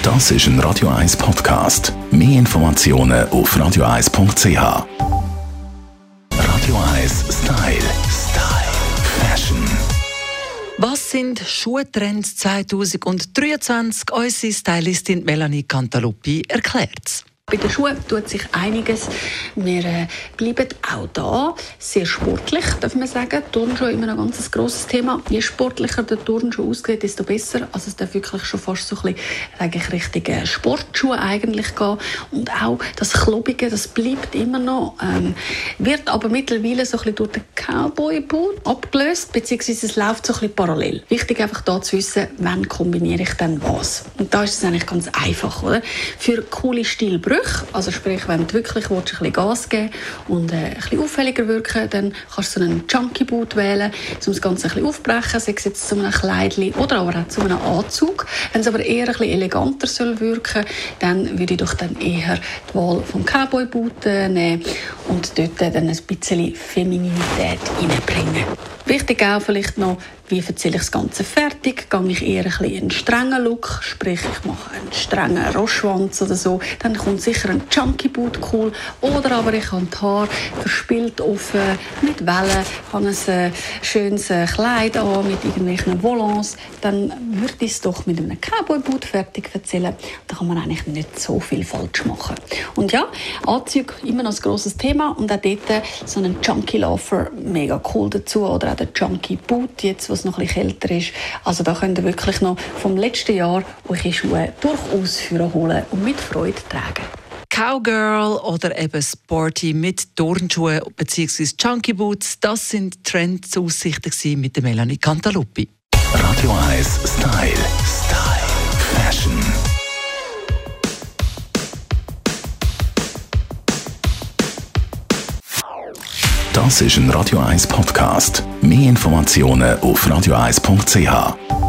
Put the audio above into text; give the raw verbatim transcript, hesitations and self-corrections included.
Das ist ein Radio eins Podcast. Mehr Informationen auf radio eins punkt c h. Radio eins Style. Style. Fashion. Was sind Schuhtrends zwanzig dreiundzwanzig? Unsere Stylistin Melanie Cantaluppi erklärt. Bei den Schuhen tut sich einiges. Wir äh, bleiben auch da sehr sportlich, darf man sagen. Turnschuhe immer ein ganz grosses Thema. Je sportlicher der Turnschuh aussieht, desto besser. Also es darf wirklich schon fast so ein bisschen richtige Sportschuhe eigentlich gehen. Und auch das Klobige, das bleibt immer noch. Ähm, wird aber mittlerweile so ein bisschen durch den Cowboy-Boot abgelöst, beziehungsweise es läuft so ein bisschen parallel. Wichtig einfach da zu wissen, wann kombiniere ich dann was. Und da ist es eigentlich ganz einfach, oder? Für coole Stilbrüche, also sprich, wenn du wirklich willst, ein bisschen Gas geben und äh, ein bisschen auffälliger wirken, dann kannst du so einen Chunky Boot wählen, um das Ganze ein bisschen aufzubrechen, sei es jetzt zu einem Kleidchen oder aber auch zu einem Anzug. Wenn es aber eher ein bisschen eleganter soll wirken, dann würde ich doch dann eher die Wahl vom Cowboy Boot äh, nehmen und dort äh, dann ein bisschen Femininität reinbringen. Wichtig auch vielleicht noch, wie erzähle ich das Ganze fertig? Gehe ich eher ein bisschen einen strengen Look, sprich ich mache einen strengen Rostschwanz oder so, dann kommt sicher ein Chunky Boot cool. Oder aber ich habe die Haare verspielt offen, mit Wellen, habe ein äh, schönes äh, Kleid an, mit irgendwelchen Volants, dann würde ich es doch mit einem Cowboy Boot fertig erzählen. Da kann man eigentlich nicht so viel falsch machen. Und ja, Anzüge immer noch ein grosses Thema und auch dort so einen Chunky Loafer mega cool dazu oder auch der Chunky Boot, jetzt was noch ein bisschen kälter ist. Also da könnt ihr wirklich noch vom letzten Jahr eure Schuhe durchaus holen und mit Freude tragen. Cowgirl oder eben Sporty mit Turnschuhen bzw. Chunky Boots, das sind Trends-Aussichten mit der Melanie Cantaluppi. Radio eins Style. Style. Fashion. Das ist ein Radio eins Podcast. Mehr Informationen auf radio eins punkt c h.